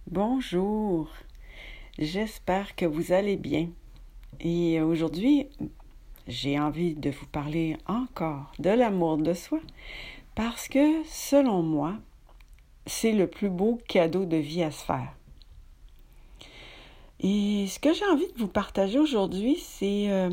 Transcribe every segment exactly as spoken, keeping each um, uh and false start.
Bonjour, j'espère que vous allez bien. Et aujourd'hui, j'ai envie de vous parler encore de l'amour de soi parce que, selon moi, c'est le plus beau cadeau de vie à se faire. Et ce que j'ai envie de vous partager aujourd'hui, c'est euh,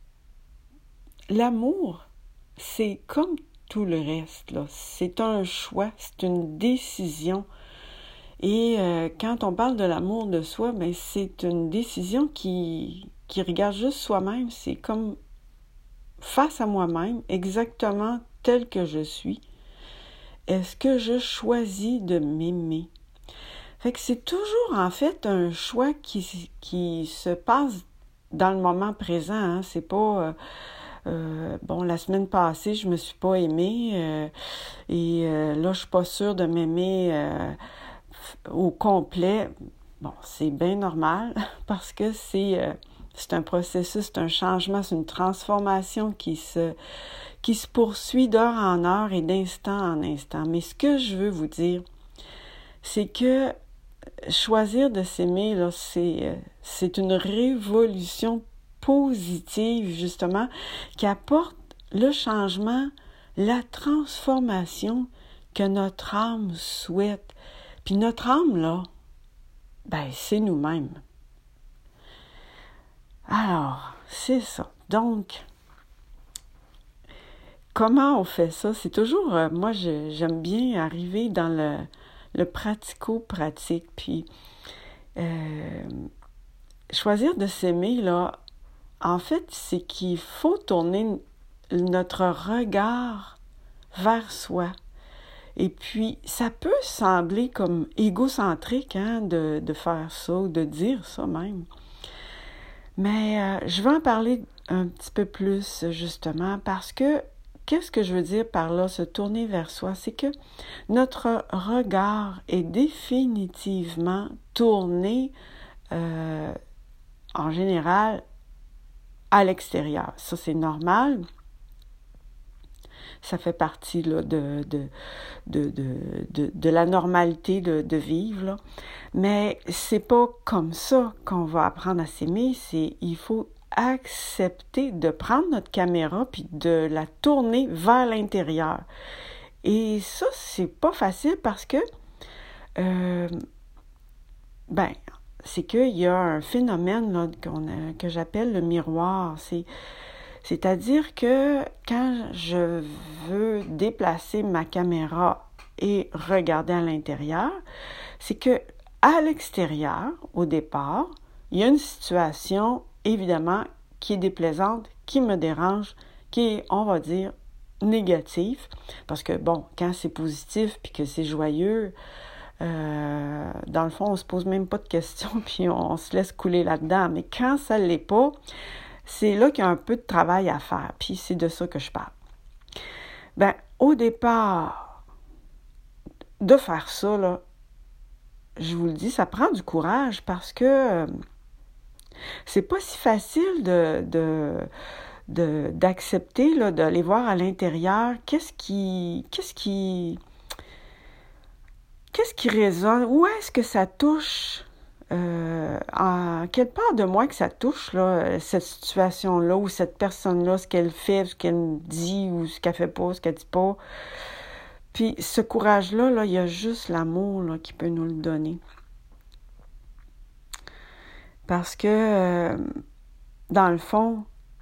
l'amour, c'est comme tout le reste, là. C'est un choix, c'est une décision. Et euh, quand on parle de l'amour de soi, ben, c'est une décision qui, qui regarde juste soi-même. C'est comme face à moi-même, exactement tel que je suis. Est-ce que je choisis de m'aimer? Fait que c'est toujours en fait un choix qui, qui se passe dans le moment présent. Hein? C'est pas... Euh, euh, bon, la semaine passée, je me suis pas aimée euh, et euh, là, je suis pas sûre de m'aimer... Euh, au complet. Bon, c'est bien normal parce que c'est, euh, c'est un processus, c'est un changement, c'est une transformation qui se, qui se poursuit d'heure en heure et d'instant en instant. Mais ce que je veux vous dire, c'est que choisir de s'aimer, là, c'est, euh, c'est une révolution positive, justement, qui apporte le changement, la transformation que notre âme souhaite. Puis notre âme, là, ben, c'est nous-mêmes. Alors, c'est ça. Donc, comment on fait ça? C'est toujours, euh, moi, je, j'aime bien arriver dans le, le pratico-pratique. Puis, euh, choisir de s'aimer, là, en fait, c'est qu'il faut tourner notre regard vers soi. Et puis, ça peut sembler comme égocentrique hein, de, de faire ça ou de dire ça même. Mais euh, je vais en parler un petit peu plus, justement, parce que qu'est-ce que je veux dire par là, se tourner vers soi? C'est que notre regard est définitivement tourné, euh, en général, à l'extérieur. Ça, c'est normal. Ça fait partie là, de, de, de, de, de, de la normalité de, de vivre. Là. Mais c'est pas comme ça qu'on va apprendre à s'aimer. C'est il faut accepter de prendre notre caméra puis de la tourner vers l'intérieur. Et ça, c'est pas facile parce que euh, ben, c'est qu'il y a un phénomène là, qu'on a, que j'appelle le miroir. C'est C'est-à-dire que quand je veux déplacer ma caméra et regarder à l'intérieur, c'est que à l'extérieur, au départ, il y a une situation, évidemment, qui est déplaisante, qui me dérange, qui est, on va dire, négative. Parce que, bon, quand c'est positif puis que c'est joyeux, euh, dans le fond, on se pose même pas de questions puis on, on se laisse couler là-dedans. Mais quand ça l'est pas, c'est là qu'il y a un peu de travail à faire, puis c'est de ça que je parle. Ben, au départ, de faire ça, là, je vous le dis, ça prend du courage parce que euh, c'est pas si facile de, de, de, d'accepter, là, d'aller voir à l'intérieur qu'est-ce qui, qu'est-ce qui, qu'est-ce qui résonne, où est-ce que ça touche. Euh, en quelle part de moi que ça touche, là, cette situation-là, ou cette personne-là, ce qu'elle fait, ce qu'elle dit, ou ce qu'elle fait pas, ce qu'elle dit pas. Puis ce courage-là, là, il y a juste l'amour là, qui peut nous le donner. Parce que, euh, dans le fond,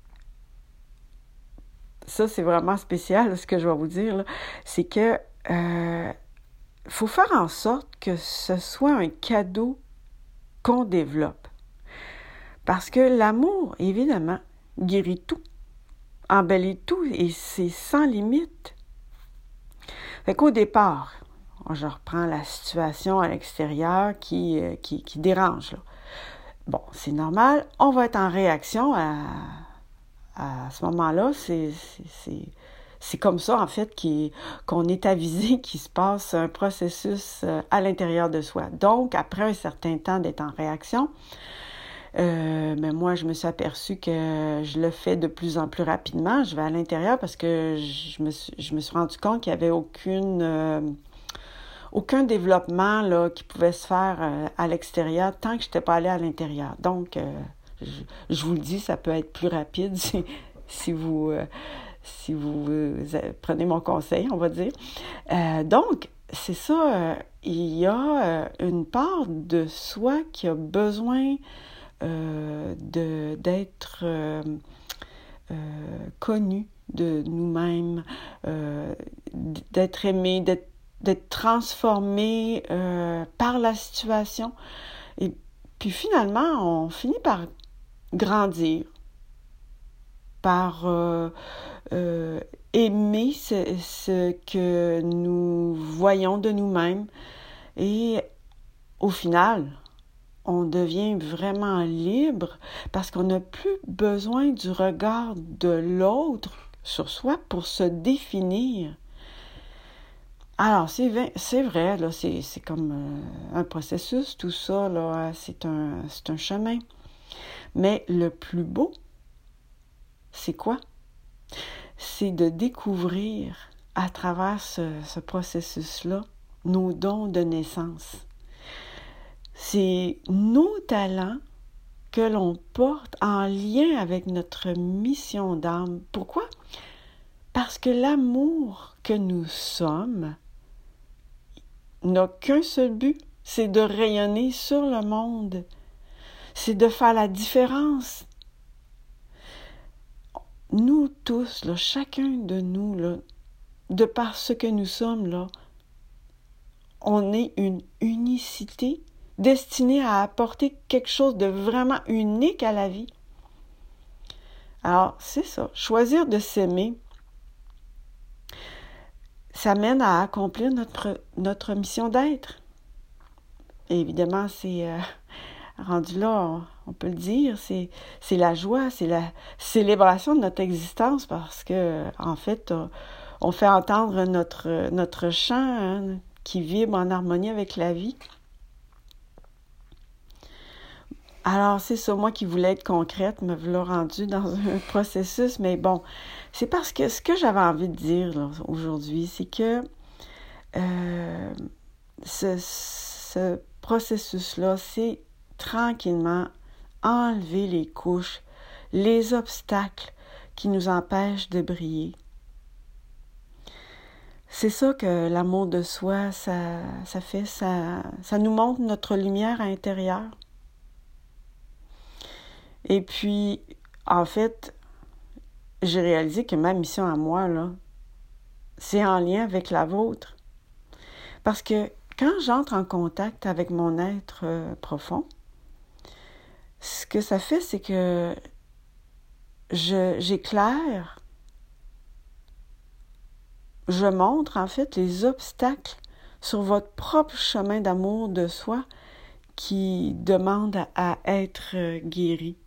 ça, c'est vraiment spécial, là, ce que je vais vous dire, là, c'est que euh, faut faire en sorte que ce soit un cadeau qu'on développe. Parce que l'amour, évidemment, guérit tout, embellit tout et c'est sans limite. Fait qu'au départ, je reprends la situation à l'extérieur qui, qui, qui dérange. Là. Bon, c'est normal, on va être en réaction à, à ce moment-là. C'est, c'est, c'est, c'est comme ça, en fait, qui, qu'on est avisé qu'il se passe un processus à l'intérieur de soi. Donc, après un certain temps d'être en réaction, euh, ben moi, je me suis aperçue que je le fais de plus en plus rapidement. Je vais à l'intérieur parce que je me suis, je me suis rendu compte qu'il n'y avait aucune, euh, aucun développement là, qui pouvait se faire euh, à l'extérieur tant que je n'étais pas allée à l'intérieur. Donc, euh, je, je vous le dis, ça peut être plus rapide si, si vous, euh, si vous euh, prenez mon conseil, on va dire. Euh, donc, c'est ça, euh, il y a euh, une part de soi qui a besoin euh, de, d'être euh, euh, connu de nous-mêmes, euh, d'être aimé, d'être, d'être transformé euh, par la situation. Et puis finalement, on finit par grandir, par euh, euh, aimer ce, ce que nous voyons de nous-mêmes. Et au final, on devient vraiment libre parce qu'on n'a plus besoin du regard de l'autre sur soi pour se définir. Alors, c'est vrai, c'est vrai là, c'est, c'est comme euh, un processus, tout ça, là, c'est un, c'est un chemin. Mais le plus beau, c'est quoi? C'est de découvrir à travers ce, ce processus-là nos dons de naissance. C'est nos talents que l'on porte en lien avec notre mission d'âme. Pourquoi? Parce que l'amour que nous sommes n'a qu'un seul but, c'est de rayonner sur le monde. C'est de faire la différence. Nous tous, là, chacun de nous, là, de par ce que nous sommes, là, on est une unicité destinée à apporter quelque chose de vraiment unique à la vie. Alors, c'est ça. Choisir de s'aimer, ça mène à accomplir notre, notre mission d'être. Et évidemment, c'est euh, rendu là, on, on peut le dire, c'est, c'est la joie, c'est la célébration de notre existence parce que, en fait, on fait entendre notre, notre chant hein, qui vibre en harmonie avec la vie. Alors, c'est ça, moi qui voulais être concrète, me voilà rendue dans un processus, mais bon, c'est parce que ce que j'avais envie de dire là, aujourd'hui, c'est que euh, ce, ce processus-là, c'est tranquillement enlever les couches, les obstacles qui nous empêchent de briller. C'est ça que l'amour de soi, ça, ça fait, ça, ça nous montre notre lumière intérieure. Et puis, en fait, j'ai réalisé que ma mission à moi, là, c'est en lien avec la vôtre. Parce que quand j'entre en contact avec mon être euh, profond, ce que ça fait, c'est que je, j'éclaire, je montre en fait les obstacles sur votre propre chemin d'amour de soi qui demande à, à être guéri.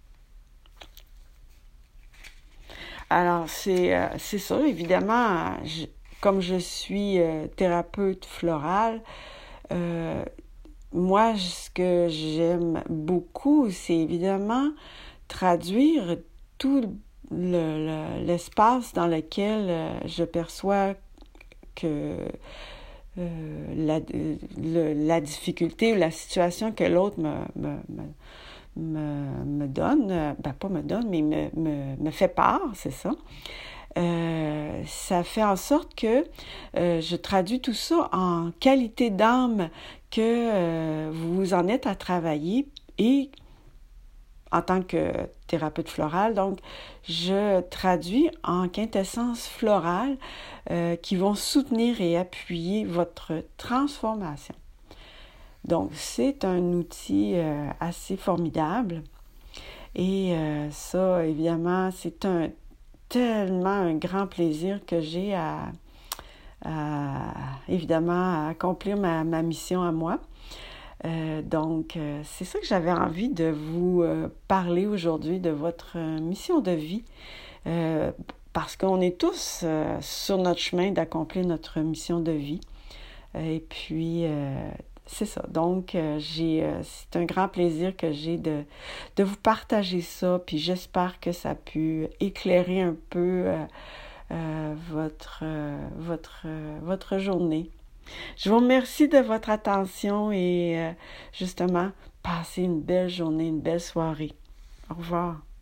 Alors, c'est, euh, c'est ça, évidemment, je, comme je suis euh, thérapeute florale, euh, moi, ce que j'aime beaucoup, c'est évidemment traduire tout le, le, l'espace dans lequel euh, je perçois que euh, la, le, la difficulté ou la situation que l'autre me... me, me Me, me donne, ben pas me donne, mais me, me, me fait part, c'est ça. Euh, ça fait en sorte que euh, je traduis tout ça en qualité d'âme que euh, vous en êtes à travailler et en tant que thérapeute florale, donc je traduis en quintessence florale euh, qui vont soutenir et appuyer votre transformation. Donc, c'est un outil euh, assez formidable. Et euh, ça, évidemment, c'est un tellement un grand plaisir que j'ai à, à évidemment, à accomplir ma, ma mission à moi. Euh, donc, euh, c'est ça que j'avais envie de vous euh, parler aujourd'hui, de votre euh, mission de vie. Euh, parce qu'on est tous euh, sur notre chemin d'accomplir notre mission de vie. Et puis... Euh, C'est ça. Donc, euh, j'ai, euh, c'est un grand plaisir que j'ai de, de vous partager ça. Puis j'espère que ça a pu éclairer un peu euh, euh, votre, euh, votre, euh, votre journée. Je vous remercie de votre attention et euh, justement, passez une belle journée, une belle soirée. Au revoir.